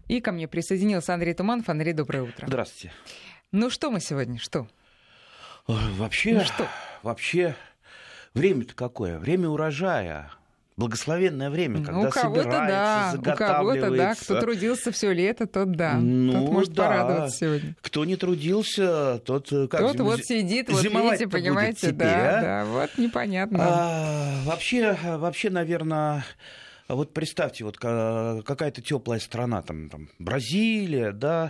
И ко мне присоединился Андрей Туманов. Андрей, доброе утро. Здравствуйте. Ну что мы сегодня? Что? Вообще, время-то какое? Время урожая. Благословенное время, когда собирается, заготавливается. У кого-то, да. Кто трудился все лето, тот да. Тот может порадоваться сегодня. Кто не трудился, тот вот сидит, вот видите, понимаете, теперь, да, вот непонятно. Вообще, наверное, вот представьте, вот какая-то теплая страна, там Бразилия, да,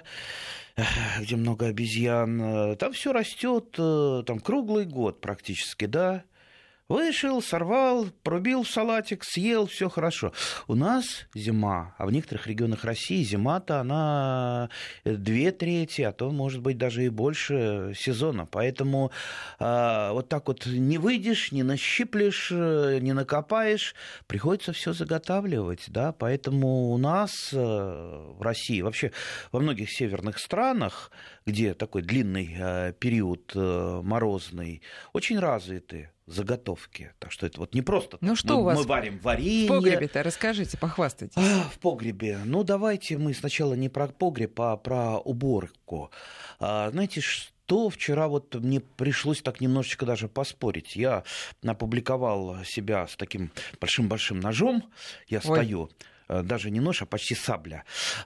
где много обезьян, там все растет, там круглый год практически, да. Вышел, сорвал, порубил в салатик, съел, все хорошо. У нас зима, а в некоторых регионах России зима-то она 2/3, а то, может быть, даже и больше сезона. Поэтому вот так вот не выйдешь, не нащиплешь, не накопаешь, приходится все заготавливать, да. Поэтому у нас в России, вообще во многих северных странах, где такой длинный период морозный, очень развиты заготовки. Так что это вот не просто ну, что мы варим варенье. В погребе-то расскажите, похвастайтесь. В погребе. Ну, давайте мы сначала не про погреб, а про уборку. Знаете, что вчера вот мне пришлось так немножечко даже поспорить. Я опубликовал себя с таким большим-большим ножом. Я стою. Даже не нож, а почти сабля.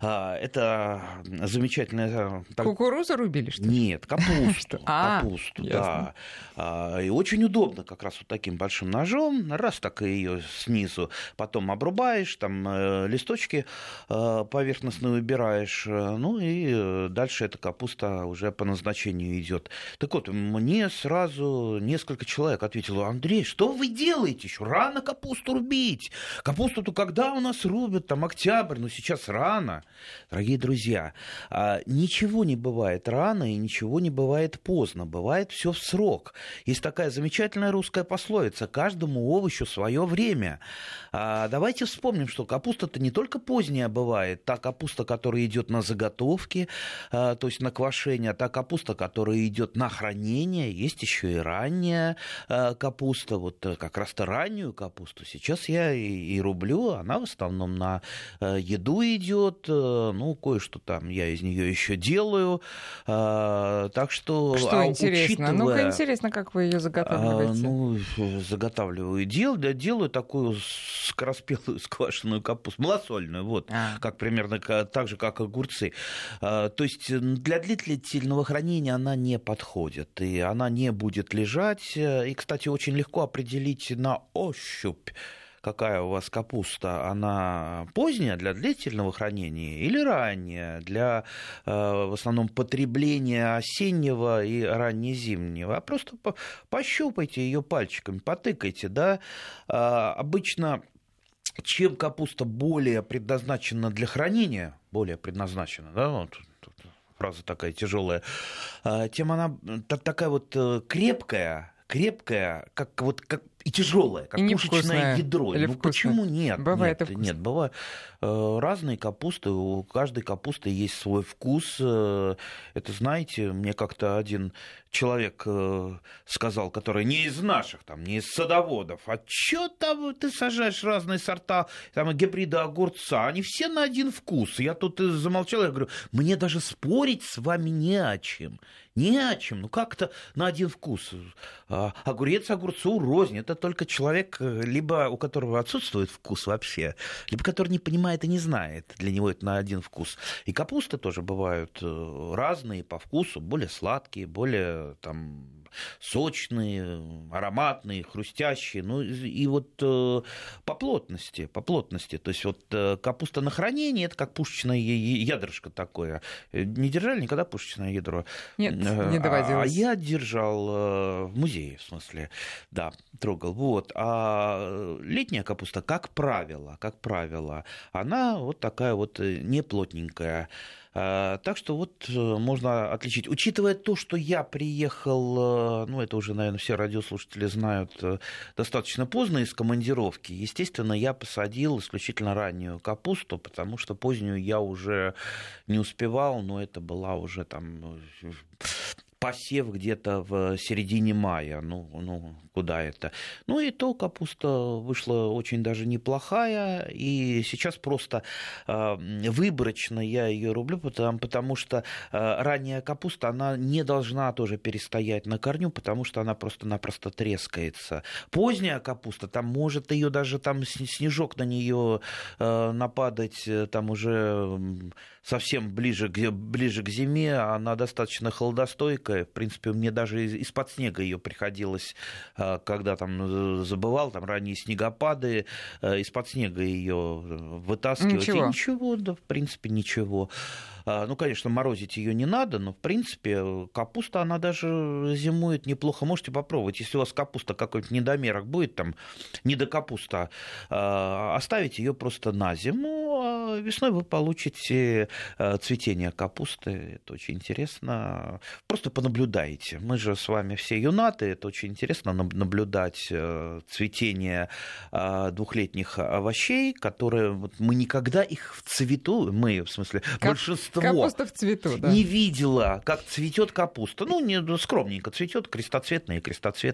Это замечательная... Кукурузу рубили, что ли? Нет, капусту. Капусту, да. И очень удобно как раз вот таким большим ножом. Раз так ее снизу, потом обрубаешь, там листочки поверхностные убираешь. Ну и дальше эта капуста уже по назначению идет. Так вот, мне сразу несколько человек ответило: Андрей, что вы делаете? Еще рано капусту рубить. Капусту-то когда у нас рубят? Там октябрь, но сейчас рано. Дорогие друзья, ничего не бывает рано и ничего не бывает поздно. Бывает все в срок. Есть такая замечательная русская пословица: каждому овощу свое время. Давайте вспомним, что капуста-то не только поздняя бывает. Та капуста, которая идет на заготовки, то есть на квашение, та капуста, которая идет на хранение. Есть еще и ранняя капуста. Вот как раз-то раннюю капусту сейчас я и рублю. Она в основном на еду идет, ну, кое-что там я из нее еще делаю. Так что интересно? Учитывая... Ну-ка, интересно, как вы ее заготавливаете? Заготавливаю. Делаю такую скороспелую сквашенную капусту, малосольную, вот, как примерно так же, как огурцы. То есть для длительного хранения она не подходит, и она не будет лежать. И, кстати, очень легко определить на ощупь, какая у вас капуста, она поздняя для длительного хранения или ранняя для, в основном, потребления осеннего и раннезимнего. А просто пощупайте ее пальчиками, потыкайте, да. Обычно, чем капуста более предназначена для хранения, да, вот, фраза такая тяжелая, тем она такая вот крепкая, как и тяжелое, как и пушечное ядро. Или ну вкусное. Почему нет? Бывает бывают разные капусты, у каждой капусты есть свой вкус. Это, знаете, мне как-то один человек сказал, который не из наших, там, не из садоводов: а чё там ты сажаешь разные сорта, там, гибриды огурца, они все на один вкус. Я тут замолчал, я говорю, мне даже спорить с вами не о чем. Ну как-то на один вкус. Огурец огурцу рознь. Это только человек, либо у которого отсутствует вкус вообще, либо который не понимает и не знает. Для него это на один вкус. И капусты тоже бывают разные по вкусу, более сладкие, более там сочные, ароматные, хрустящие. Ну и вот по плотности. То есть вот капуста на хранение — это как пушечное ядрышко такое. Не держали никогда пушечное ядро? Нет, не доводилось. А я держал в музее, в смысле, да, трогал. Вот. А летняя капуста, как правило, она вот такая вот неплотненькая. Так что вот можно отличить. Учитывая то, что я приехал, ну это уже, наверное, все радиослушатели знают, достаточно поздно из командировки, естественно, я посадил исключительно раннюю капусту, потому что позднюю я уже не успевал, но это была уже там посев где-то в середине мая. Куда это? И то капуста вышла очень даже неплохая, и сейчас просто выборочно я ее рублю, потому что ранняя капуста, она не должна тоже перестоять на корню, потому что она просто-напросто трескается. Поздняя капуста, там может ее даже там снежок на нее нападать, там уже совсем ближе к зиме, она достаточно холодостойкая. В принципе, мне даже из-под снега ее приходилось, когда там забывал, там ранние снегопады, из-под снега ее вытаскивать. Ничего. И ничего, да, в принципе, ничего. Конечно, морозить ее не надо, но, в принципе, капуста, она даже зимует неплохо. Можете попробовать, если у вас капуста какой-нибудь недомерок будет, там, недокапуста, оставить ее просто на зиму, а весной вы получите цветение капусты. Это очень интересно. Просто понаблюдайте. Мы же с вами все юнаты, это очень интересно наблюдать цветение двухлетних овощей, которые мы никогда их в цвету, мы, в смысле, большинство капуста в цвету, да. Не видела, как цветет капуста. Не скромненько цветет, крестоцветная,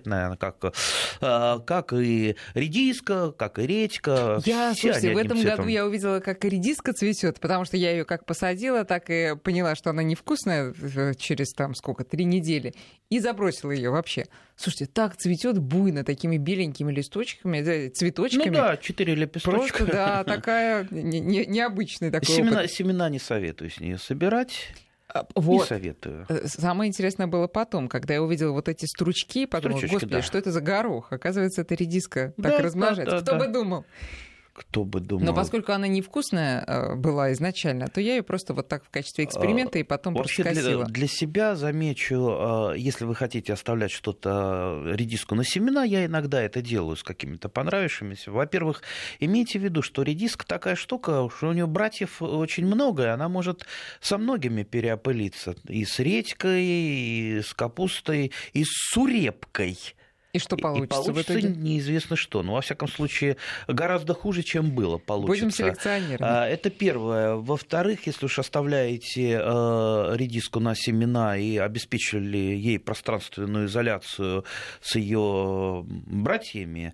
как и редиска, как и редька. Слушайте, в этом году я увидела, как и редиска цветет, потому что я ее как посадила, так и поняла, что она невкусная через 3 недели, и забросила ее вообще. Слушайте, так цветет буйно, такими беленькими листочками, цветочками. 4 лепесточка. Просто, такая необычный такой опыт. Семена не советую с нее собирать. Вот. Не советую. Самое интересное было потом, когда я увидела вот эти стручки, подумала, господи, да. Что это за горох? Оказывается, это редиска так размножается. Кто бы думал? Кто бы думал. Но поскольку она невкусная была изначально, то я ее просто вот так в качестве эксперимента и потом вообще просто скосила. Для себя замечу, если вы хотите оставлять что-то, редиску на семена, я иногда это делаю с какими-то понравившимися. Во-первых, имейте в виду, что редиска такая штука, что у нее братьев очень много, и она может со многими переопылиться. И с редькой, и с капустой, и с сурепкой. И что получится в итоге? Неизвестно что. Но, во всяком случае, гораздо хуже, чем было, получится. Будем селекционировать. Это первое. Во-вторых, если уж оставляете редиску на семена и обеспечили ей пространственную изоляцию с ее братьями,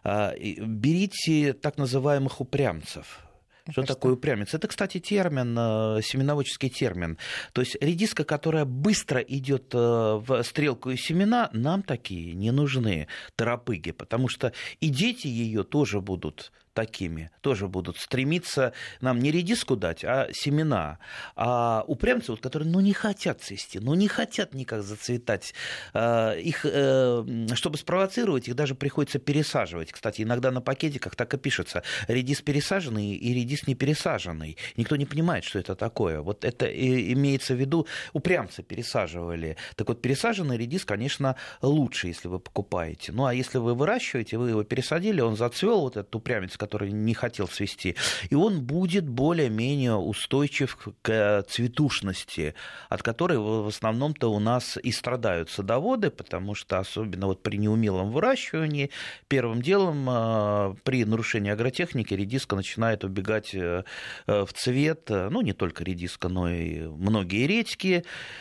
берите так называемых упрямцев. Что такое упрямец? Это, кстати, термин, семеноводческий термин. То есть редиска, которая быстро идет в стрелку и семена, нам такие не нужны, торопыги, потому что и дети ее тоже будут такими, тоже будут стремиться нам не редиску дать, а семена. А упрямцы, которые не хотят цвести, не хотят никак зацветать, их, чтобы спровоцировать, их даже приходится пересаживать. Кстати, иногда на пакетиках так и пишется: редис пересаженный и редис не пересаженный. Никто не понимает, что это такое. Вот это имеется в виду, упрямцы пересаживали. Так вот, пересаженный редис, конечно, лучше, если вы покупаете. А если вы выращиваете, вы его пересадили, он зацвел, вот этот упрямец, который не хотел цвести, и он будет более-менее устойчив к цветушности, от которой в основном-то у нас и страдают садоводы, потому что особенно вот при неумелом выращивании первым делом при нарушении агротехники редиска начинает убегать в цвет, не только редиска, но и многие редьки.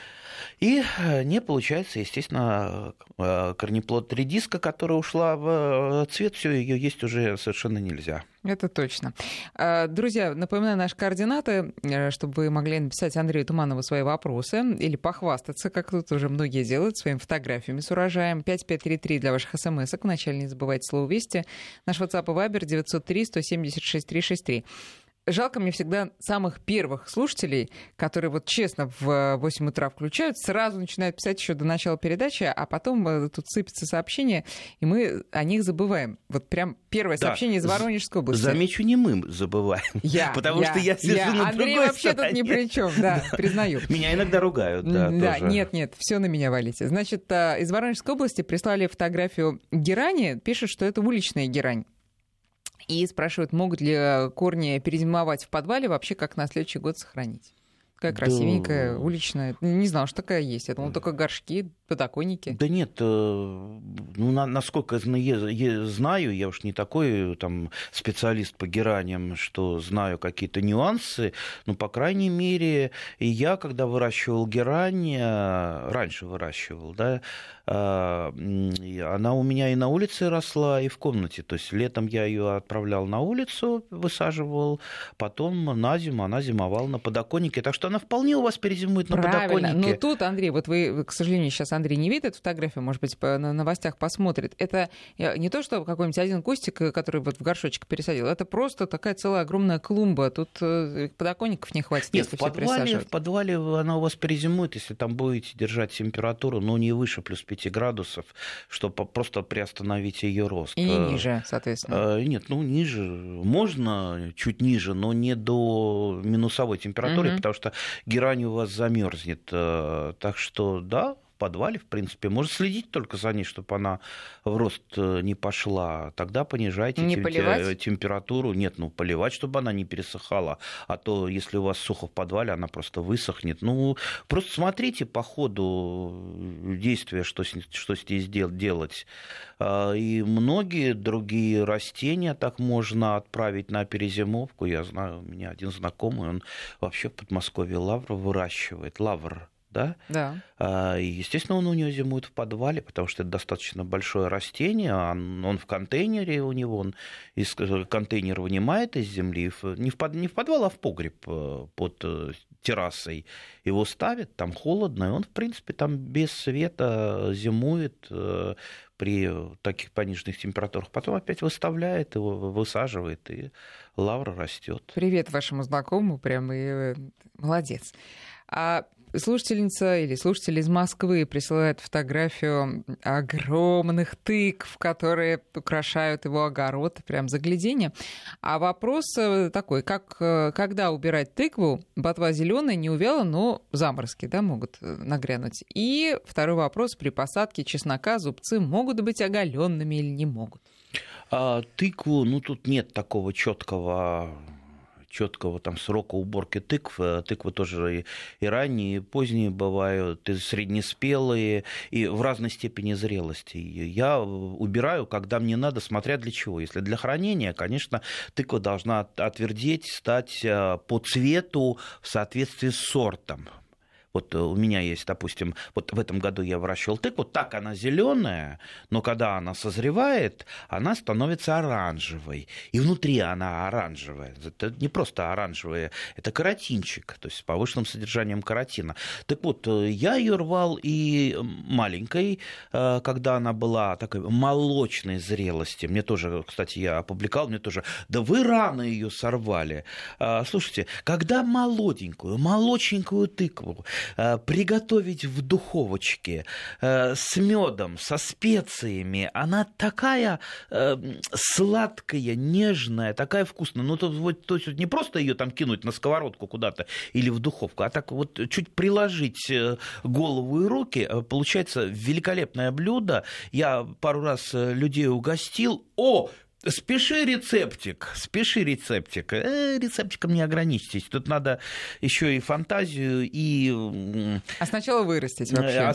И не получается, естественно, корнеплод редиска, которая ушла в цвет, все, ее есть уже совершенно нельзя. Это точно. Друзья, напоминаю наши координаты, чтобы вы могли написать Андрею Туманову свои вопросы или похвастаться, как тут уже многие делают, своими фотографиями с урожаем. 5533 для ваших смс-ок. Вначале не забывайте слово «Вести». Наш WhatsApp и Viber 903-176-363. Жалко мне всегда самых первых слушателей, которые вот честно в 8 утра включают, сразу начинают писать еще до начала передачи, а потом тут сыпятся сообщения, и мы о них забываем. Вот прям первое сообщение из Воронежской области. Замечу, не мы забываем. Потому что я сижу на Андрей другой вообще стороне. тут ни при чем, да, признаю. Меня иногда ругают, да, тоже. Нет, все на меня валите. Значит, из Воронежской области прислали фотографию герани, пишут, что это уличная герань. И спрашивают, могут ли корни перезимовать в подвале, вообще как на следующий год сохранить. Такая красивенькая, уличная. Не знала, что такая есть. Я думала, только горшки, подоконники. Да нет, насколько я знаю, я уж не такой там специалист по гераниям, что знаю какие-то нюансы, но, по крайней мере, и я, когда выращивал герань, раньше выращивал, да, она у меня и на улице росла, и в комнате. То есть летом я ее отправлял на улицу, высаживал, потом на зиму она зимовала на подоконнике. Так что она вполне у вас перезимует на подоконнике. Но тут, Андрей, вот вы, к сожалению, сейчас Андрей не видит эту фотографию, может быть, на новостях посмотрит. Это не то, что какой-нибудь один кустик, который вот в горшочек пересадил, это просто такая целая огромная клумба. Тут подоконников не хватит, нет, если все пересаживать. В подвале она у вас перезимует, если там будете держать температуру, но не выше плюс 5 градусов, чтобы просто приостановить ее рост. И не ниже, соответственно. Нет, ниже. Можно чуть ниже, но не до минусовой температуры, потому что герань у вас замерзнет. Так что, да, в подвале, в принципе, можно следить только за ней, чтобы она в рост не пошла. Тогда понижайте температуру. Нет, поливать, чтобы она не пересыхала. А то, если у вас сухо в подвале, она просто высохнет. Просто смотрите по ходу действия, что с ней делать. И многие другие растения так можно отправить на перезимовку. Я знаю, у меня один знакомый, он вообще в Подмосковье лавр выращивает. Лавр. Да? Да. И, естественно, он у него зимует в подвале, потому что это достаточно большое растение, он в контейнере у него, он из контейнера вынимает из земли, не в подвал, а в погреб под террасой его ставит, там холодно, и он, в принципе, там без света зимует при таких пониженных температурах. Потом опять выставляет его, высаживает, и лавра растет. Привет вашему знакомому, прям и молодец. Слушательница или слушатель из Москвы присылает фотографию огромных тыкв, которые украшают его огород, прям загляденье. А вопрос такой, когда убирать тыкву? Ботва зеленая, не увяла, но заморозки, да, могут нагрянуть. И второй вопрос, при посадке чеснока зубцы могут быть оголенными или не могут? Тыкву, тут нет такого четкого там срока уборки тыкв. Тыквы тоже и ранние, и поздние бывают, и среднеспелые, и в разной степени зрелости. Я убираю, когда мне надо, смотря для чего. Если для хранения, конечно, тыква должна отвердеть, стать по цвету в соответствии с сортом. Вот у меня есть, допустим, вот в этом году я выращивал тыкву, так она зеленая, но когда она созревает, она становится оранжевой. И внутри она оранжевая. Это не просто оранжевая, это каротинчик, то есть с повышенным содержанием каротина. Так вот, я ее рвал и маленькой, когда она была такой молочной зрелости. Мне тоже, кстати, я опубликовал, мне тоже, да вы рано ее сорвали. Слушайте, когда молоденькую тыкву приготовить в духовочке с медом, со специями, она такая сладкая, нежная, такая вкусная. То есть не просто ее там кинуть на сковородку куда-то или в духовку, а так вот чуть приложить голову и руки, получается великолепное блюдо. Я пару раз людей угостил. Спеши рецептик. Рецептиком не ограничьтесь. Тут надо еще и фантазию, и... А сначала вырастить вообще.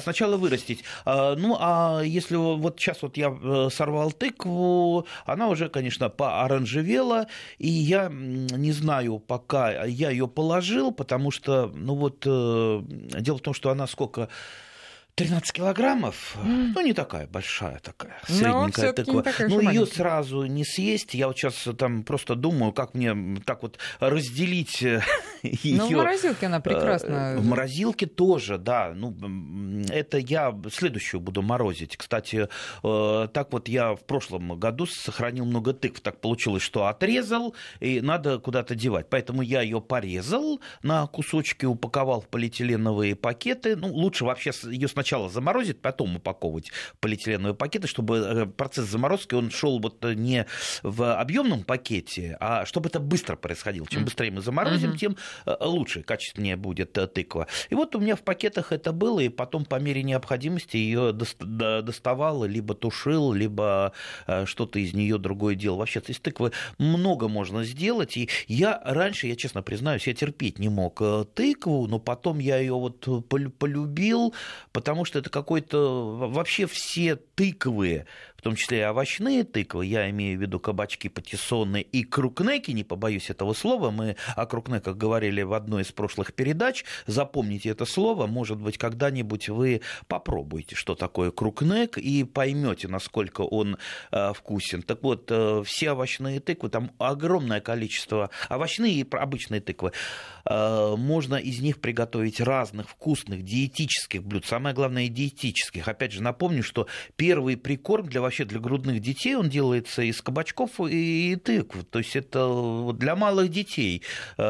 Если вот сейчас вот я сорвал тыкву, она уже, конечно, пооранжевела, и я не знаю, пока я ее положил, потому что, дело в том, что она сколько... 13 килограммов, не такая большая, такая средненькая тыква. Ее сразу не съесть. Я вот сейчас там просто думаю, как мне так вот разделить ее. В морозилке она прекрасна. В морозилке тоже, да. Это я следующую буду морозить. Кстати, так вот я в прошлом году сохранил много тыкв. Так получилось, что отрезал, и надо куда-то девать. Поэтому я ее порезал на кусочки, упаковал в полиэтиленовые пакеты. Лучше вообще ее сначала сначала заморозить, потом упаковывать в полиэтиленовые пакеты, чтобы процесс заморозки, он шел вот не в объемном пакете, а чтобы это быстро происходило. Чем быстрее мы заморозим, тем лучше, качественнее будет тыква. И вот у меня в пакетах это было, и потом по мере необходимости ее доставал, либо тушил, либо что-то из нее другое делал. Вообще, из тыквы много можно сделать. И я раньше, я честно признаюсь, я терпеть не мог тыкву, но потом я ее вот полюбил, потому что это какой-то... Вообще все тыквы, в том числе и овощные тыквы, я имею в виду кабачки, патиссоны и крукнеки, не побоюсь этого слова, мы о крукнеках говорили в одной из прошлых передач, запомните это слово, может быть, когда-нибудь вы попробуете, что такое крукнек, и поймете, насколько он вкусен. Так вот, все овощные тыквы, там огромное количество, овощные и обычные тыквы, можно из них приготовить разных вкусных диетических блюд, самое главное диетических. Опять же, напомню, что первый прикорм вообще для грудных детей, он делается из кабачков и тыкв. То есть это для малых детей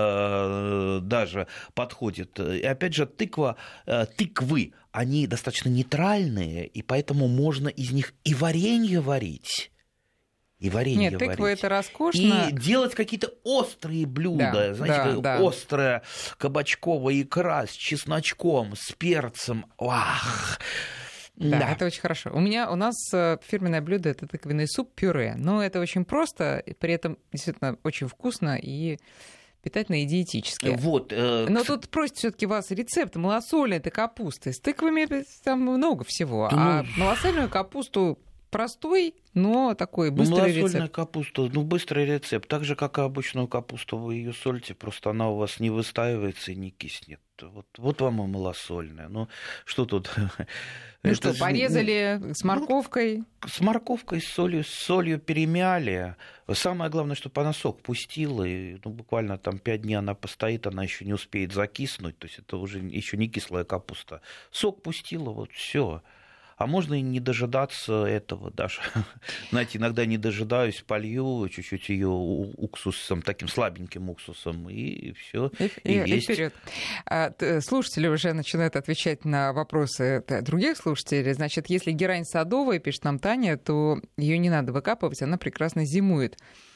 даже подходит. И опять же, тыквы, они достаточно нейтральные, и поэтому можно из них и варенье варить. И варенье тыква варить. Это роскошно. И делать какие-то острые блюда. Острая кабачковая икра с чесночком, с перцем. Вах! Да, это очень хорошо. У нас фирменное блюдо — это тыквенный суп-пюре. Но это очень просто, и при этом действительно очень вкусно и питательно и диетически. Вот, но тут просят все-таки вас рецепт малосольной этой капусты. С тыквами там много всего. А малосольную капусту простой, но такой быстрый рецепт. Малосольная капуста, быстрый рецепт. Так же, как и обычную капусту, вы ее солите, просто она у вас не выстаивается и не киснет. Вот вам и малосольная. Ну, что тут? Что, порезали с морковкой? С морковкой, с солью перемяли. Самое главное, чтобы она сок пустила. И, буквально там 5 дней она постоит, она еще не успеет закиснуть. То есть это уже еще не кислая капуста. Сок пустила, вот все. А можно и не дожидаться этого даже. Знаете, иногда не дожидаюсь, полью чуть-чуть ее уксусом, таким слабеньким уксусом, и все. И есть. Вперед. Слушатели уже начинают отвечать на вопросы других слушателей. Значит, если герань садовая, пишет нам Таня, то ее не надо выкапывать, она прекрасно зимует.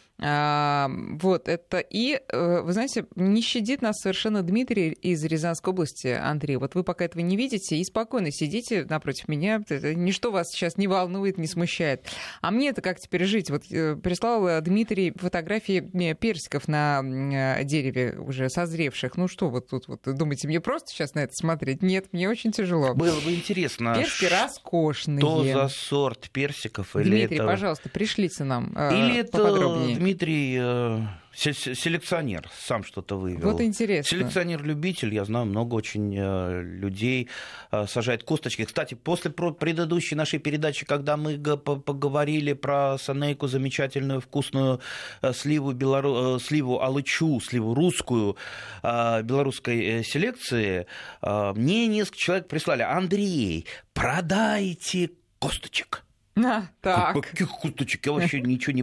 Вот это. И, вы знаете, не щадит нас совершенно Дмитрий из Рязанской области, Андрей. Вот вы пока этого не видите и спокойно сидите напротив меня. Ничто вас сейчас не волнует, не смущает. А мне-то как теперь жить? Вот прислал Дмитрий фотографии персиков на дереве уже созревших. Ну что вот тут вот думаете, мне просто сейчас на это смотреть? Нет, мне очень тяжело. Было бы интересно. Персики роскошные. Что за сорт персиков? Дмитрий, пожалуйста, пришлите нам или поподробнее. Дмитрий селекционер, сам что-то вывел. Вот интересно. Селекционер-любитель, я знаю, много очень людей сажает косточки. Кстати, после предыдущей нашей передачи, когда мы поговорили про Санейку, замечательную вкусную сливу алычу, сливу русскую, белорусской селекции, мне несколько человек прислали: Андрей, продайте косточек. Так. Каких косточек? Я вообще ничего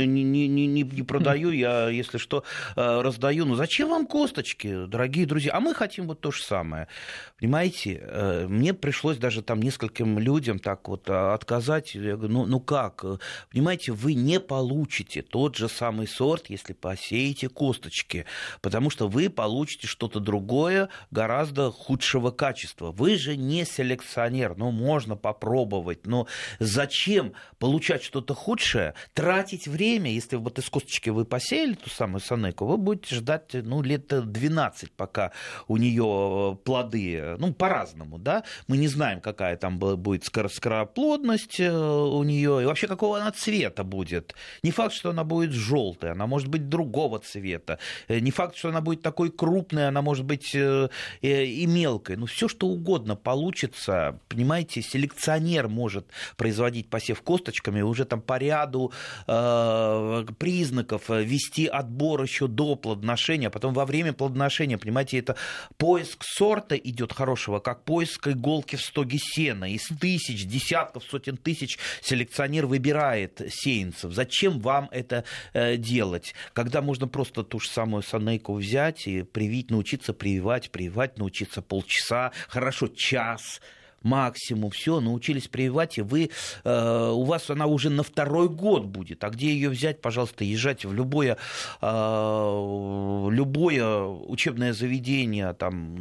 не продаю, я, если что, раздаю. Ну зачем вам косточки, дорогие друзья? А мы хотим вот то же самое. Понимаете, мне пришлось даже там нескольким людям так вот отказать. Я говорю, ну как? Понимаете, вы не получите тот же самый сорт, если посеете косточки, потому что вы получите что-то другое, гораздо худшего качества. Вы же не селекционер, можно попробовать, но зачем получать что-то худшее, тратить время, если вот из косточки вы посеяли ту самую Санейку, вы будете ждать, лет 12, пока у нее плоды, по-разному, да, мы не знаем, какая там будет скороплодность у нее, и вообще какого она цвета будет. Не факт, что она будет желтая, она может быть другого цвета, не факт, что она будет такой крупной, она может быть и мелкой, все что угодно получится, понимаете, селекционер может производить посев косточками, уже там по ряду признаков вести отбор еще до плодоношения, а потом во время плодоношения, понимаете, это поиск сорта идет хорошего, как поиск иголки в стоге сена. Из тысяч, десятков, сотен тысяч селекционер выбирает сеянцев. Зачем вам это делать, когда можно просто ту же самую Санейку взять и привить, научиться прививать, научиться полчаса, хорошо, час. максимум, все, научились прививать, и у вас она уже на второй год будет. А где ее взять? Пожалуйста, езжайте в любое учебное заведение,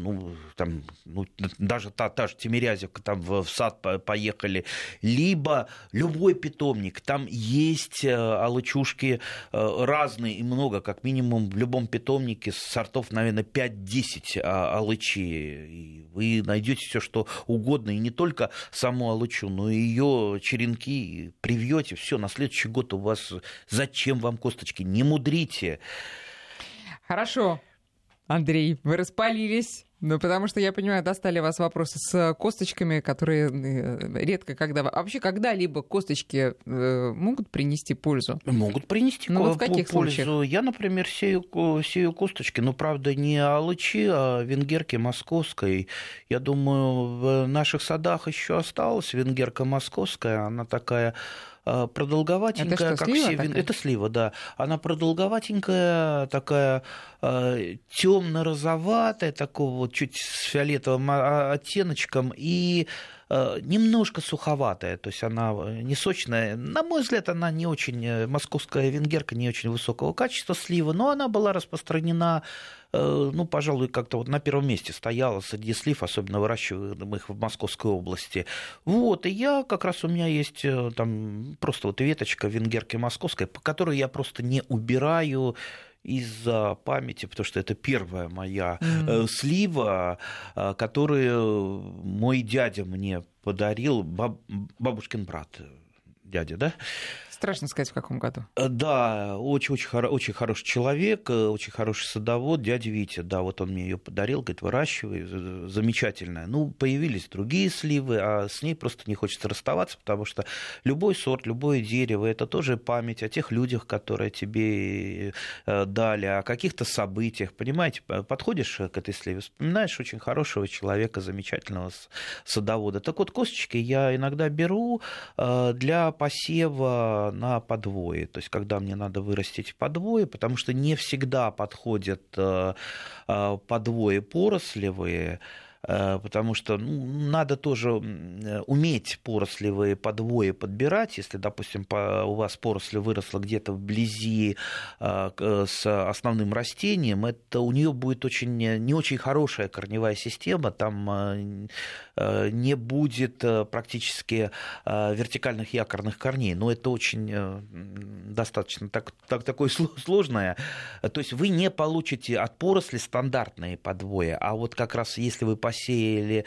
даже та же Тимирязевка, там в сад поехали, либо любой питомник, там есть алычушки разные и много, как минимум в любом питомнике сортов, наверное, 5-10 алычи, и вы найдете все, что угодно, и не только саму алычу, но и ее черенки привьете, все, на следующий год у вас зачем вам косточки, не мудрите. Хорошо, Андрей, вы распалились. Ну, потому что, я понимаю, достали вас вопросы с косточками, которые редко когда... Вообще, когда-либо косточки могут принести пользу? Могут принести в каких пользу. Случаях? Я, например, сею косточки, но, правда, не алычи, а венгерки московской. Я думаю, в наших садах еще осталась венгерка московская. Она такая... продолговатенькая, это что, как слива все. Это слива, да. Она продолговатенькая, такая темно-розоватая, такого вот чуть с фиолетовым оттеночком и немножко суховатая, то есть она не сочная. На мой взгляд, она не очень, московская венгерка не очень высокого качества слива, но она была распространена, пожалуй, как-то вот на первом месте стояла среди слив, особенно выращиваемых в Московской области. Вот, и я как раз, у меня есть там просто вот веточка венгерки московской, по которой я просто не убираю из-за памяти, потому что это первая моя слива, которую мой дядя мне подарил, бабушкин брат, дядя, да? Страшно сказать, в каком году. Да, очень хороший человек, очень хороший садовод, дядя Витя, да, вот он мне ее подарил, говорит, выращивай, замечательная. Появились другие сливы, а с ней просто не хочется расставаться, потому что любой сорт, любое дерево, это тоже память о тех людях, которые тебе дали, о каких-то событиях, понимаете, подходишь к этой сливе, вспоминаешь очень хорошего человека, замечательного садовода. Так вот, косточки я иногда беру для посева на подвое, то есть когда мне надо вырастить подвое, потому что не всегда подходят подвои порослевые, потому что надо тоже уметь порослевые подвои подбирать. Если, допустим, у вас поросль выросла где-то вблизи с основным растением, это у нее будет не очень хорошая корневая система, там не будет практически вертикальных якорных корней, но это очень достаточно такое сложное. То есть вы не получите от поросли стандартные подвои, а вот как раз если вы посеяли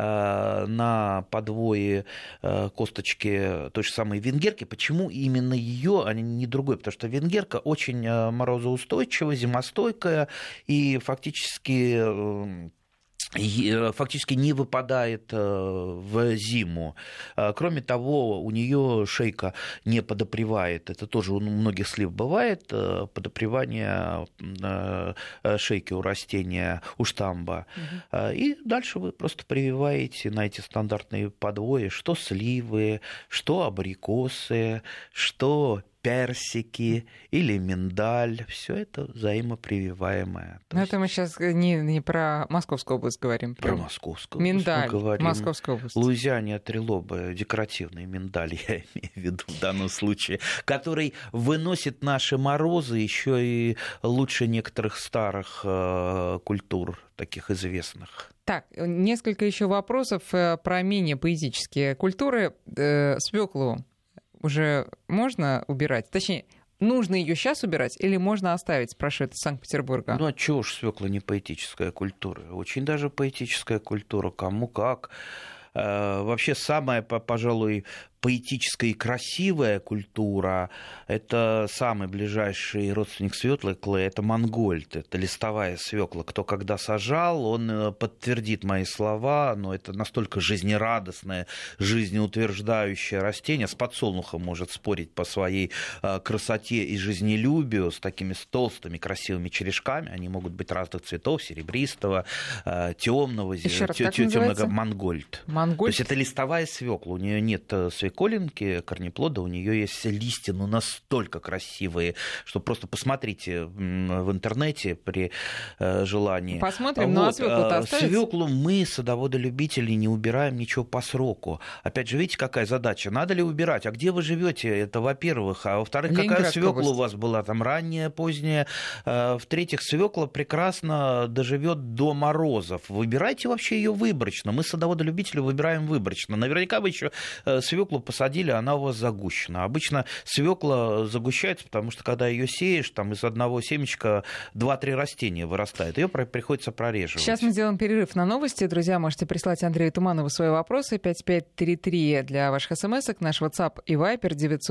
на подвое косточки той же самой венгерки. Почему именно ее, а не другой? Потому что венгерка очень морозоустойчивая, зимостойкая и фактически не выпадает в зиму. Кроме того, у нее шейка не подопревает. Это тоже у многих слив бывает, подопревание шейки у растения, у штамба. И дальше вы просто прививаете на эти стандартные подвои, что сливы, что абрикосы, что персики или миндаль, все это взаимопрививаемое. Но это мы сейчас не про Московскую область говорим. Про Московскую миндаль, область. Миндаль, Московская область. Луизиане трилобы, декоративный миндаль, я имею в виду в данном случае, который выносит наши морозы еще и лучше некоторых старых культур, таких известных. Так, несколько еще вопросов про менее поэтические культуры. Свеклу уже можно убирать? Точнее, нужно ее сейчас убирать или можно оставить, спрашивает из Санкт-Петербурга? А чего уж свекла не поэтическая культура? Очень даже поэтическая культура, кому как. Вообще самая, пожалуй, поэтическая и красивая культура — это самый ближайший родственник свеклы, это мангольд, это листовая свекла. Кто когда сажал, он подтвердит мои слова, но это настолько жизнерадостное, жизнеутверждающее растение, с подсолнухом может спорить по своей красоте и жизнелюбию, с такими толстыми красивыми черешками, они могут быть разных цветов, серебристого, темного, темного, мангольд. Мангольд? То есть это листовая свекла, у нее нет свекловых свеколинки, корнеплода, у нее есть листья, ну, настолько красивые, что просто посмотрите в интернете при желании. Посмотрим, ну а свеклу-то оставить? Свеклу мы, садоводолюбители, не убираем ничего по сроку. Опять же, видите, какая задача? Надо ли убирать? А где вы живете? Это, во-первых. А во-вторых, какая свекла у вас была? Там ранняя, поздняя. В-третьих, свекла прекрасно доживет до морозов. Выбирайте вообще ее выборочно. Мы, садоводолюбители, выбираем выборочно. Наверняка вы еще свеклу посадили, она у вас загущена. Обычно свекла загущается, потому что когда ее сеешь, там из одного семечка 2-3 растения вырастает. Ее приходится прореживать. Сейчас мы сделаем перерыв на новости. Друзья, можете прислать Андрею Туманову свои вопросы. 5533 для ваших смс-ок. Наш WhatsApp и Viber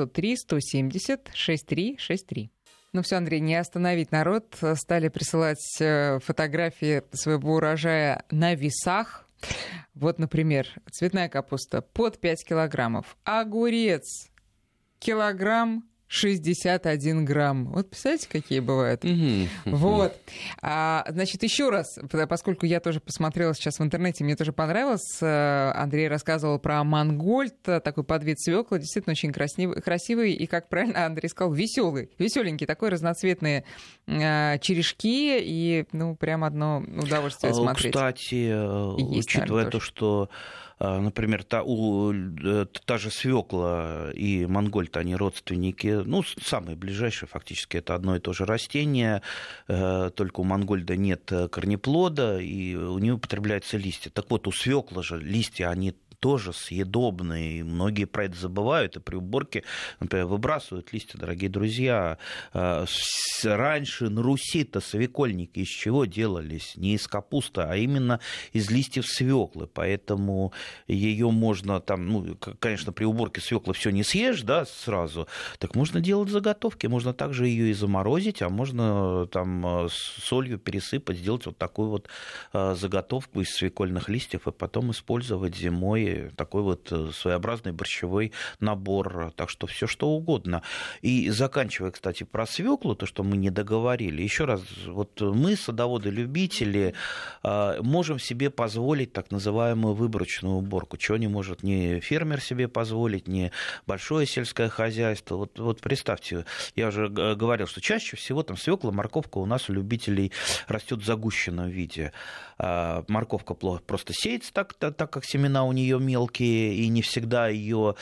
903-170-6363. Ну все, Андрей, не остановить народ. Стали присылать фотографии своего урожая на весах. Вот, например, цветная капуста под 5 килограммов. Огурец килограмм 61 грамм. Вот представляете, какие бывают? Вот. Значит, еще раз, поскольку я тоже посмотрела сейчас в интернете, мне тоже понравилось. Андрей рассказывал про мангольд, такой подвид свеклы, действительно очень красивый и, как правильно Андрей сказал, веселый, веселенький, такой разноцветные черешки, и, ну, прям одно удовольствие смотреть. Кстати, учитывая то, что, например, та же свекла и мангольд, они родственники, ну, самые ближайшие фактически, это одно и то же растение, только у мангольда нет корнеплода, и у нее употребляются листья. Так вот, у свеклы же листья, они тоже съедобные, и многие про это забывают, и при уборке, например, выбрасывают листья, дорогие друзья. Раньше на Руси-то свекольники из чего делались? Не из капусты, а именно из листьев свеклы, поэтому ее можно там, ну, конечно, при уборке свеклы все не съешь, да, сразу, так можно делать заготовки, можно также ее и заморозить, а можно там солью пересыпать, сделать вот такую вот заготовку из свекольных листьев и потом использовать зимой такой вот своеобразный борщевой набор, так что все что угодно. И заканчивая, кстати, про свеклу, то, что мы не договорили, еще раз, вот мы, садоводы-любители, можем себе позволить так называемую выборочную уборку, чего не может ни фермер себе позволить, ни большое сельское хозяйство. Вот представьте, я уже говорил, что чаще всего там свекла, морковка у нас у любителей растет в загущенном виде. Морковка просто сеется так как семена у нее мелкие, и не всегда ее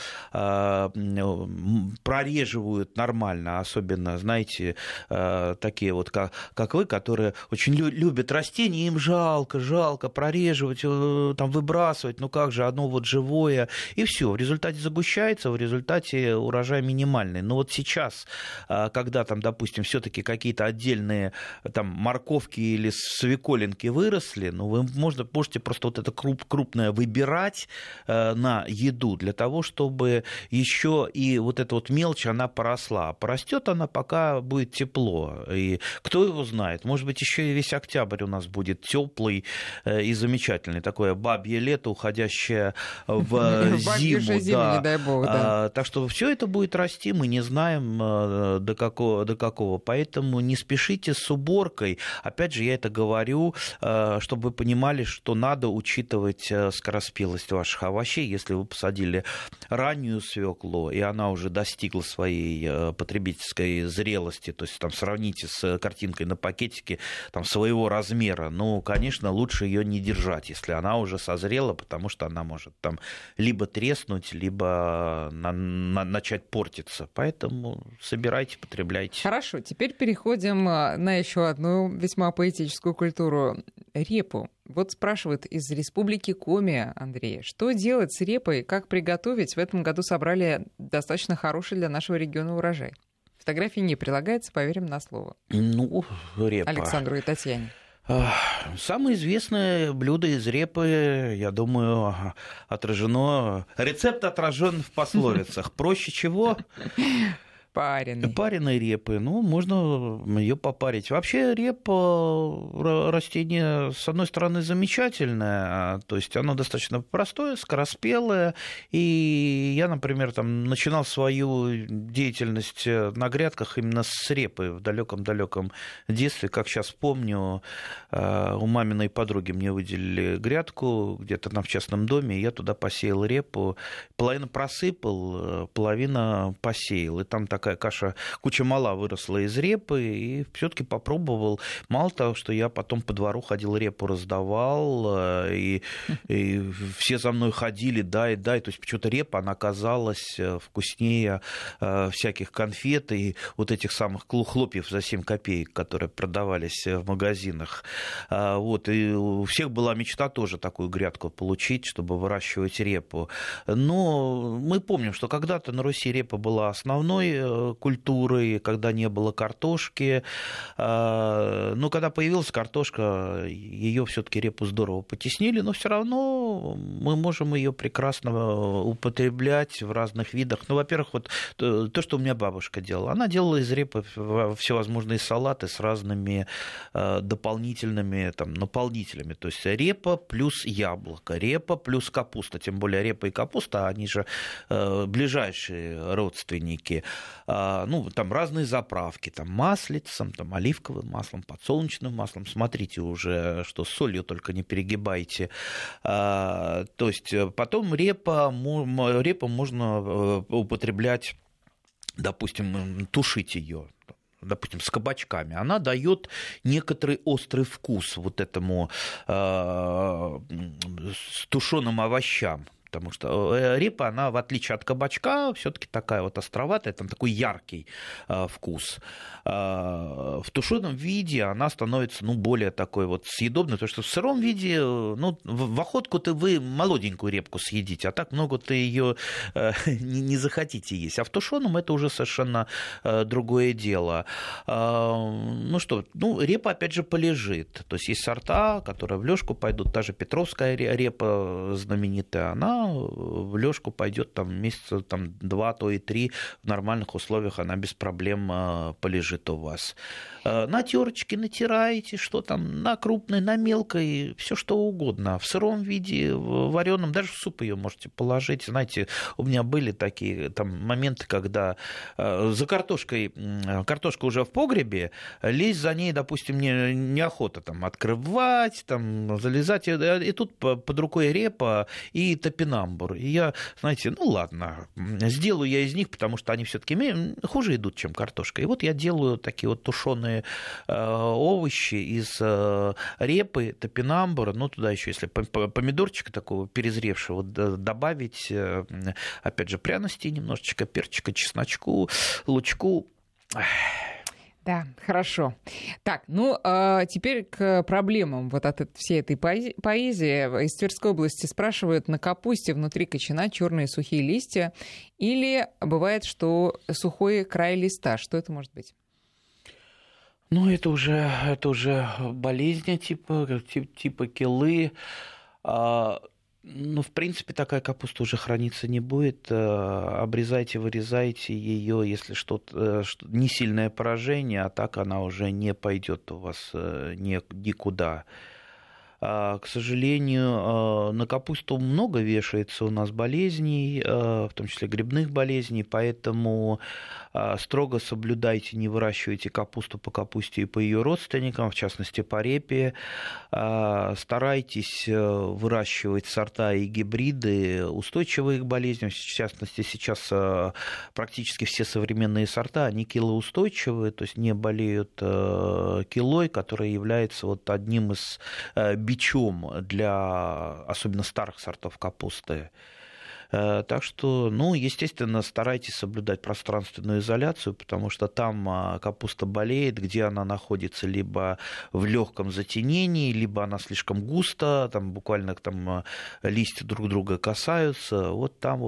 прореживают нормально, особенно, знаете, такие вот, как вы, которые очень любят растения, им жалко прореживать, там, выбрасывать, ну как же, одно вот живое, и все, в результате загущается, в результате урожай минимальный. Но вот сейчас, когда там, допустим, все-таки какие-то отдельные там морковки или свеколинки выросли, ну вы можете просто вот это крупное выбирать на еду для того, чтобы еще и вот эта вот мелочь, она поросла. Порастет она, пока будет тепло. И кто его знает, может быть, еще и весь октябрь у нас будет теплый и замечательный. Такое бабье лето, уходящее в зиму. Не дай бог, да. Так что все это будет расти, мы не знаем до какого. Поэтому не спешите с уборкой. Опять же, я это говорю, чтобы вы понимали, что надо учитывать скороспелость ваших овощей. Если вы посадили раннюю свеклу, и она уже достигла своей потребительской зрелости, то есть там сравните с картинкой на пакетике там, своего размера, ну, конечно, лучше ее не держать, если она уже созрела, потому что она может там либо треснуть, либо начать портиться. Поэтому собирайте, потребляйте. Хорошо, теперь переходим на еще одну весьма поэтическую культуру — репу. Вот спрашивают из республики Коми, Андрей, что делать с репой, как приготовить? В этом году собрали достаточно хороший для нашего региона урожай. Фотографии не прилагается, поверим на слово. Ну, репа. Александру и Татьяне. Самое известное блюдо из репы, я думаю, рецепт отражен в пословицах. Проще чего? Пареной репы. Ну, можно ее попарить. Вообще репа растение, с одной стороны, замечательное, то есть оно достаточно простое, скороспелое. И я, например, там начинал свою деятельность на грядках именно с репы в далеком-далеком детстве. Как сейчас помню, у маминой подруги мне выделили грядку где-то там в частном доме, и я туда посеял репу. Половину просыпал, половину посеял. И там такая куча мала выросла из репы, и все-таки попробовал. Мало того, что я потом по двору ходил, репу раздавал, и все за мной ходили, дай. То есть почему-то репа, она казалась вкуснее всяких конфет и вот этих самых хлопьев за 7 копеек, которые продавались в магазинах. Вот. И у всех была мечта тоже такую грядку получить, чтобы выращивать репу. Но мы помним, что когда-то на Руси репа была основной культурой, когда не было картошки. Но когда появилась картошка, ее все-таки репу здорово потеснили, но все равно мы можем ее прекрасно употреблять в разных видах. Ну, во-первых, вот то, что у меня бабушка делала. Она делала из репы всевозможные салаты с разными дополнительными наполнителями. То есть репа плюс яблоко, репа плюс капуста. Тем более репа и капуста, они же ближайшие родственники. Ну, там разные заправки, там маслицем, там оливковым маслом, подсолнечным маслом. Смотрите уже, что с солью только не перегибайте. То есть потом репа можно употреблять, допустим, тушить ее, допустим, с кабачками. Она дает некоторый острый вкус вот этому тушеным овощам. Потому что репа, она, в отличие от кабачка, все-таки такая вот островатая, там такой яркий вкус. В тушеном виде она становится, более такой вот съедобной, потому что в сыром виде, в охотку-то вы молоденькую репку съедите, а так много-то ее не захотите есть. А в тушеном это уже совершенно другое дело. Репа, опять же, полежит. То есть есть сорта, которые в лёжку пойдут, та же петровская репа знаменитая, она в лёжку пойдет месяца 2, то и 3, в нормальных условиях она без проблем полежит у вас. На терочке натираете, что там, на крупной, на мелкой, все что угодно. В сыром виде, в вареном, даже в суп ее можете положить. Знаете, у меня были такие моменты, когда за картошка уже в погребе, лезть за ней, допустим, неохота открывать, залезать, и тут под рукой репа и топинамбур. И я, знаете, ладно, сделаю я из них, потому что они все-таки хуже идут, чем картошка. И вот я делаю такие вот тушеные овощи из репы, топинамбура, туда еще, если помидорчика такого перезревшего добавить, опять же, пряностей немножечко, перчика, чесночку, лучку. Да, хорошо. Так, теперь к проблемам вот от всей этой поэзии. Из Тверской области спрашивают: на капусте внутри кочана черные сухие листья или бывает, что сухой край листа? Что это может быть? Это уже болезни типа килы. В принципе, такая капуста уже храниться не будет. Обрезайте, вырезайте ее, если что-то не сильное поражение, а так она уже не пойдет у вас никуда. К сожалению, на капусту много вешается у нас болезней, в том числе грибных болезней, поэтому строго соблюдайте, не выращивайте капусту по капусте и по ее родственникам, в частности по репе. Старайтесь выращивать сорта и гибриды, устойчивые к болезням. В частности, сейчас практически все современные сорта, они килоустойчивые, то есть не болеют килой, который является одним из бичом для особенно старых сортов капусты. Так что, естественно, старайтесь соблюдать пространственную изоляцию, потому что там капуста болеет, где она находится либо в легком затенении, либо она слишком густо, буквально листья друг друга касаются, там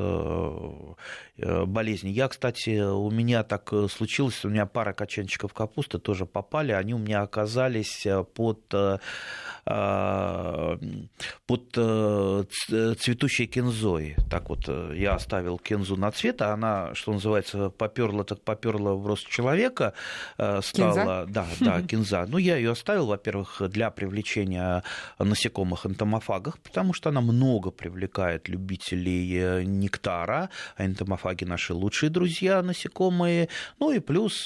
болезни. Я, кстати, у меня так случилось, у меня пара качанчиков капусты тоже попали, они у меня оказались под под цветущей кинзой. Так вот, я оставил кинзу на цвет, а она, что называется, поперла в рост человека. Стала, да, кинза. Ну, я ее оставил, во-первых, для привлечения насекомых энтомофагов, потому что она много привлекает любителей нектара, а энтомофаги наши лучшие друзья насекомые. Ну и плюс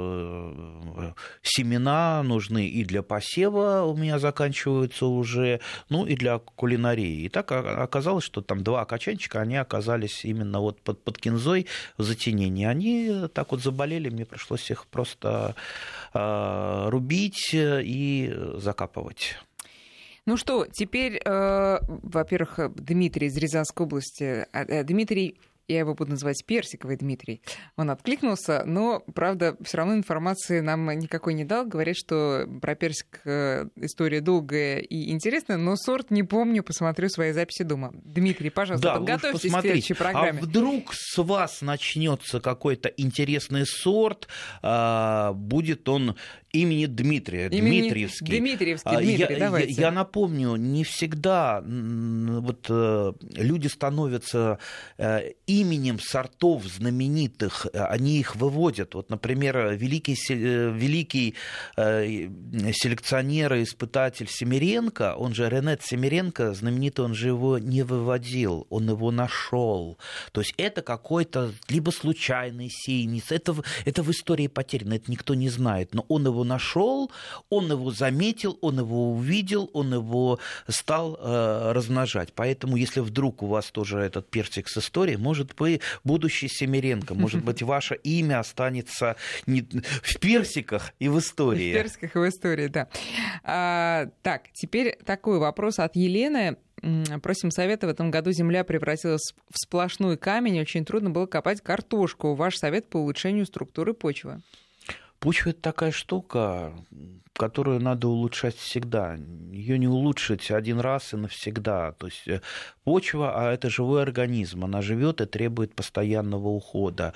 семена нужны и для посева, у меня заканчиваются уже, ну и для кулинарии. И так оказалось, что там 2 качанчика, они оказались именно вот под кинзой в затенении. Они так вот заболели, мне пришлось их просто рубить и закапывать. Ну что, теперь, во-первых, Дмитрий из Рязанской области. Дмитрий, я его буду называть Персиковый Дмитрий, он откликнулся, но, правда, все равно информации нам никакой не дал. Говорит, что про персик история долгая и интересная, но сорт не помню, посмотрю свои записи дома. Дмитрий, пожалуйста, подготовьтесь к следующей программе. А вдруг с вас начнется какой-то интересный сорт, будет он имени Дмитрия, Дмитриевский. Дмитрий, давайте. Я напомню, не всегда вот, люди становятся именем сортов знаменитых, они их выводят. Вот, например, великий селекционер и испытатель Семеренко, он же Ренет Семеренко, знаменитый, он же его не выводил, он его нашел. То есть это какой-то либо случайный сеянец, это в истории потеряно, это никто не знает, но он его нашел, он его заметил, он его увидел, он его стал размножать. Поэтому, если вдруг у вас тоже этот персик с историей, может быть, будущий Семеренко, может быть, ваше имя останется в персиках и в истории. В персиках и в истории, да. Так, теперь такой вопрос от Елены. Просим совета. В этом году земля превратилась в сплошной камень. Очень трудно было копать картошку. Ваш совет по улучшению структуры почвы? Почва – это такая штука, которую надо улучшать всегда. Ее не улучшить один раз и навсегда. То есть почва, а это живой организм, она живет и требует постоянного ухода.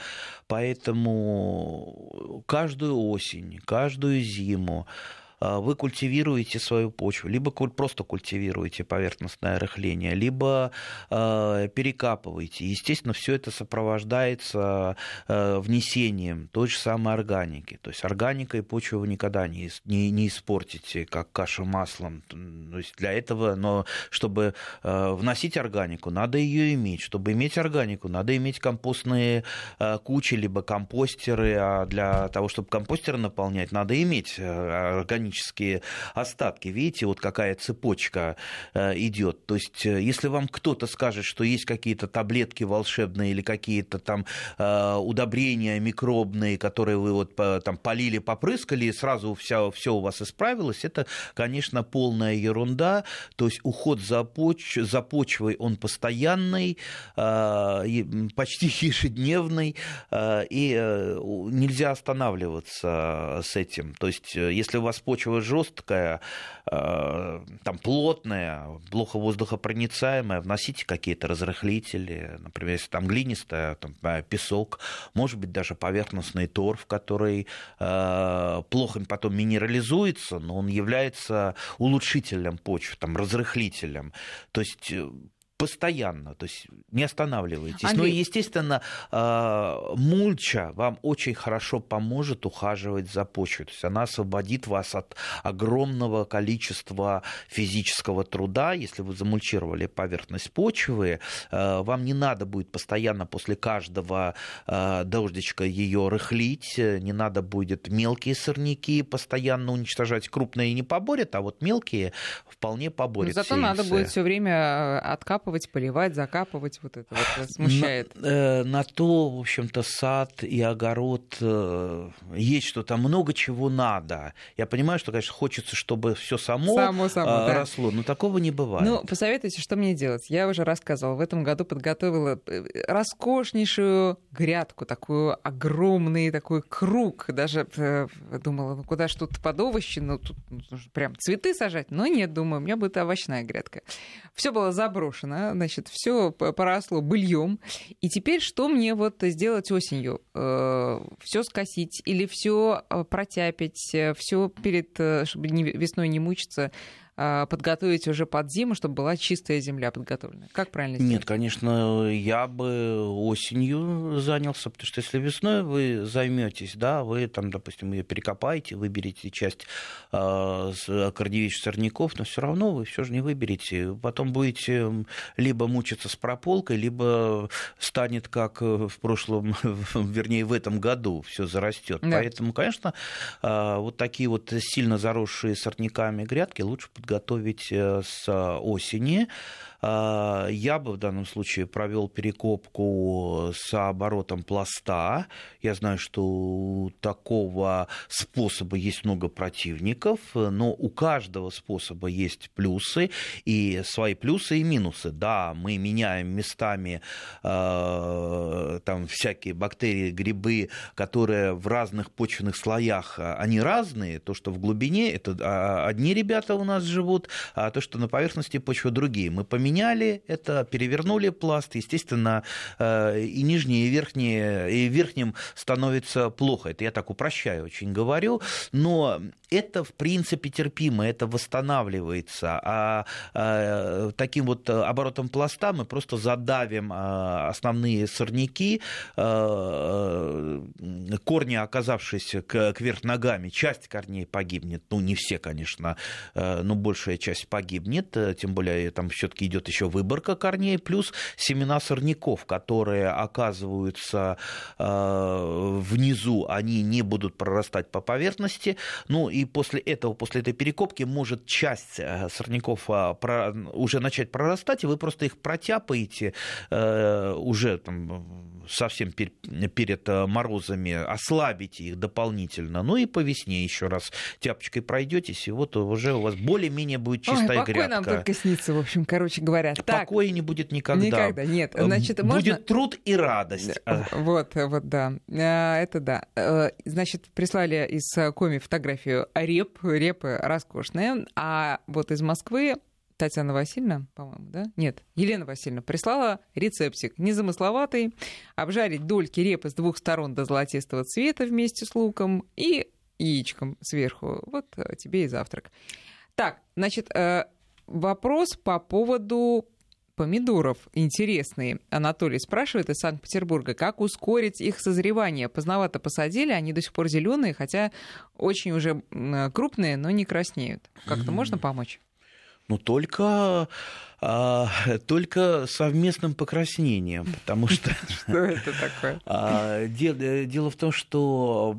Поэтому каждую осень, каждую зиму вы культивируете свою почву, либо просто культивируете поверхностное рыхление, либо перекапываете. Естественно, все это сопровождается внесением той же самой органики. То есть органикой почву вы никогда не испортите, как кашу маслом. То есть для этого, но чтобы вносить органику, надо ее иметь. Чтобы иметь органику, надо иметь компостные кучи, либо компостеры. А для того, чтобы компостеры наполнять, надо иметь органические остатки. Видите, вот какая цепочка идет. То есть, если вам кто-то скажет, что есть какие-то таблетки волшебные или какие-то там удобрения микробные, которые вы вот там полили, попрыскали, и сразу все у вас исправилось, это, конечно, полная ерунда. То есть, уход за почвой, он постоянный, почти ежедневный, и нельзя останавливаться с этим. То есть, если у вас почва жесткая, там, плотная, плохо воздухопроницаемая, вносите какие-то разрыхлители, например, если там глинистая, там, песок, может быть, даже поверхностный торф, который плохо потом минерализуется, но он является улучшителем почвы, там, разрыхлителем. То есть постоянно, то есть не останавливайтесь. Андрей... Ну и, естественно, мульча вам очень хорошо поможет ухаживать за почвой. То есть она освободит вас от огромного количества физического труда. Если вы замульчировали поверхность почвы, вам не надо будет постоянно после каждого дождичка ее рыхлить, не надо будет мелкие сорняки постоянно уничтожать. Крупные не поборят, а вот мелкие вполне поборят. Зато надо будет все время откапывать, поливать, закапывать, вот это вот смущает. На то, в общем-то, сад и огород есть, что там много чего надо. Я понимаю, что, конечно, хочется, чтобы все само росло, но такого не бывает. Ну, посоветуйте, что мне делать. Я уже рассказывала, в этом году подготовила роскошнейшую грядку, такую огромный такой круг. Даже думала, ну куда ж тут под овощи, ну тут нужно прям цветы сажать. Но нет, думаю, у меня будет овощная грядка. Все было заброшено. Значит, все поросло быльем. И теперь что мне вот сделать осенью? Все скосить или все протяпить, все перед, чтобы весной не мучиться, подготовить уже под зиму, чтобы была чистая земля подготовлена? Как правильно сделать? Нет, конечно, я бы осенью занялся, потому что если весной вы займетесь, да, вы там, допустим, ее перекопаете, выберете часть корневищ сорняков, но все равно вы все же не выберете. Потом будете либо мучиться с прополкой, либо станет как в прошлом, вернее, в этом году все зарастет. Да. Поэтому, конечно, вот такие вот сильно заросшие сорняками грядки лучше подготовить с осени. Я бы в данном случае провел перекопку с оборотом пласта. Я знаю, что у такого способа есть много противников, но у каждого способа есть плюсы и свои плюсы и минусы. Да, мы меняем местами там всякие бактерии, грибы, которые в разных почвенных слоях, они разные. То, что в глубине, это одни ребята у нас живут, а то, что на поверхности почвы, другие. Мы поменяли это, перевернули пласт, естественно, и нижние, и верхние, и верхним становится плохо. Это я так упрощаю очень говорю, но это, в принципе, терпимо, это восстанавливается. А таким вот оборотом пласта мы просто задавим основные сорняки, корни, оказавшись кверх ногами, часть корней погибнет, ну, не все, конечно, но большая часть погибнет, тем более там все-таки идет еще выборка корней, плюс семена сорняков, которые оказываются внизу, они не будут прорастать по поверхности, ну и после этой перекопки может часть сорняков уже начать прорастать, и вы просто их протяпаете уже там совсем перед морозами, ослабите их дополнительно, ну и по весне еще раз тяпочкой пройдетесь, и вот уже у вас более-менее будет чистая грядка. Покой нам только снится, в общем, короче говоря. Покоя не будет никогда. Никогда, нет. Значит, будет можно... труд и радость. Вот, да. Это да. Значит, прислали из Коми фотографию репы роскошные, а вот из Москвы Татьяна Васильевна, по-моему, да? Нет, Елена Васильевна прислала рецептик незамысловатый. Обжарить дольки репы с двух сторон до золотистого цвета вместе с луком и яичком сверху. Вот тебе и завтрак. Так, значит, вопрос по поводу помидоров интересный. Анатолий спрашивает из Санкт-Петербурга, как ускорить их созревание? Поздновато посадили, они до сих пор зеленые, хотя очень уже крупные, но не краснеют. Как-то можно помочь? Ну, только совместным покраснением, потому что... Что это такое? Дело в том, что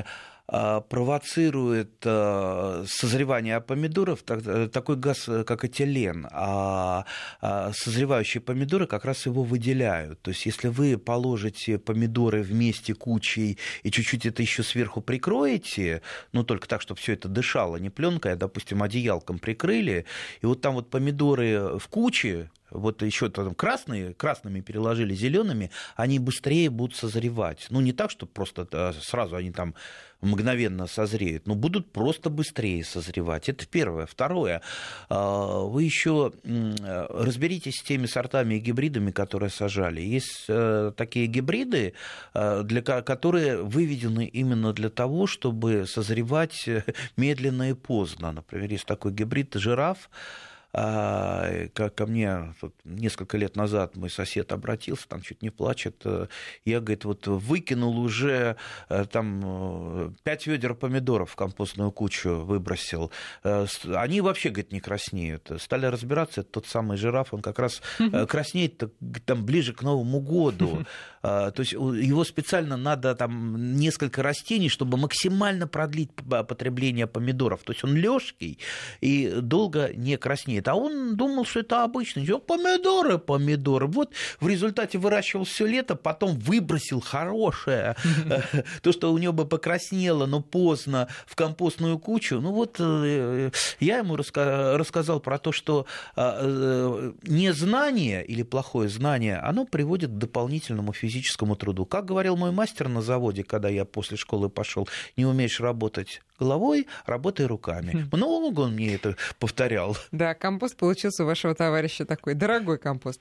провоцирует созревание помидоров такой газ, как этилен, а созревающие помидоры как раз его выделяют. То есть если вы положите помидоры вместе кучей и чуть-чуть это еще сверху прикроете, ну только так, чтобы все это дышало, не пленкой, а, допустим, одеялком прикрыли, и вот там вот помидоры в куче, вот еще там красными переложили зелеными, они быстрее будут созревать. Ну, не так, что просто сразу они там мгновенно созреют, но будут просто быстрее созревать. Это первое. Второе, вы еще разберитесь с теми сортами и гибридами, которые сажали. Есть такие гибриды, которые выведены именно для того, чтобы созревать медленно и поздно. Например, есть такой гибрид жираф. Ко мне несколько лет назад мой сосед обратился, там чуть не плачет. Я, говорит, вот выкинул уже там 5 ведер помидоров в компостную кучу выбросил. Они вообще, говорит, не краснеют. Стали разбираться, это тот самый жираф, он как раз краснеет там ближе к Новому году. То есть его специально надо там несколько растений, чтобы максимально продлить потребление помидоров. То есть он лёжкий и долго не краснеет. А он думал, что это обычно. Помидоры. Вот в результате выращивал все лето, потом выбросил хорошее, то, что у него бы покраснело, но поздно, в компостную кучу. Ну вот я ему рассказал про то, что незнание или плохое знание, оно приводит к дополнительному физическому труду. Как говорил мой мастер на заводе, когда я после школы пошел, не умеешь работать головой, работай руками. Много он мне это повторял. Да, компост получился у вашего товарища такой дорогой компост.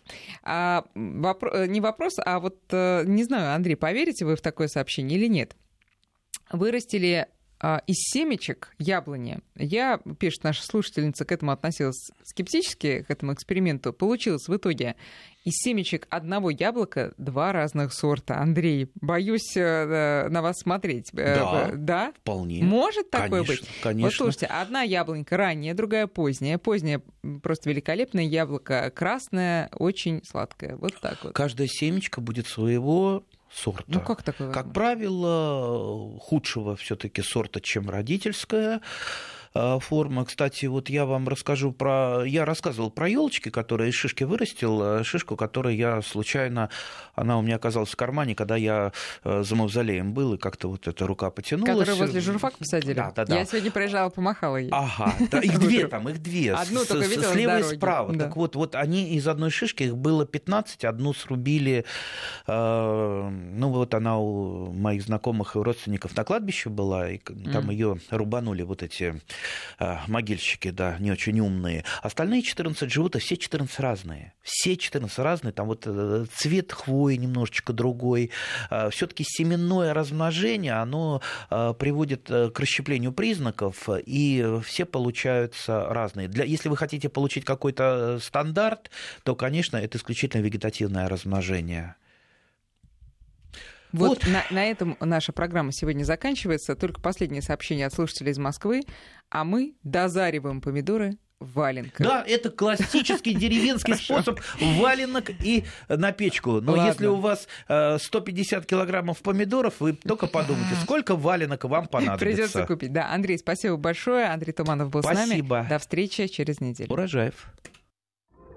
Не вопрос, а вот не знаю, Андрей, поверите вы в такое сообщение или нет? Вырастили из семечек яблони, пишет наша слушательница, к этому относилась скептически, к этому эксперименту, получилось в итоге из семечек одного яблока 2 разных сорта. Андрей, боюсь на вас смотреть. Да? Вполне. Может такое быть? Конечно. Вот слушайте, одна яблонька ранняя, другая поздняя. Поздняя просто великолепное яблоко, красное, очень сладкое. Вот так вот. Каждая семечка будет своего сорта. Ну, как такое возможно? Как правило, худшего все-таки сорта, чем родительская форма. Кстати, вот я вам расскажу Я рассказывал про елочки, которые из шишки вырастил, шишку, которую я случайно... Она у меня оказалась в кармане, когда я за мавзолеем был, и как-то вот эта рука потянулась. Которую возле журфака посадили? Да. Я сегодня проезжала, помахала ей. Ага, да, их две. Одну только видела слева с и дороги. справа. Да. Так вот, они из одной шишки, их было 15, одну срубили. Вот она у моих знакомых и родственников на кладбище была, и там ее рубанули вот эти могильщики, да, не очень умные. Остальные 14 живут, а все 14 разные. Все 14 разные, там вот цвет хвои немножечко другой. Все-таки семенное размножение, оно приводит к расщеплению признаков, и все получаются разные. Если вы хотите получить какой-то стандарт, то, конечно, это исключительно вегетативное размножение. Вот. На этом наша программа сегодня заканчивается. Только последнее сообщение от слушателей из Москвы. А мы дозариваем помидоры в валенках. Да, это классический деревенский способ валенок и на печку. Но Ладно. если у вас 150 килограммов помидоров, вы только подумайте, сколько валенок вам понадобится. Придется купить. Да, Андрей, спасибо большое. Андрей Туманов был с нами. Спасибо. До встречи через неделю. Урожаев.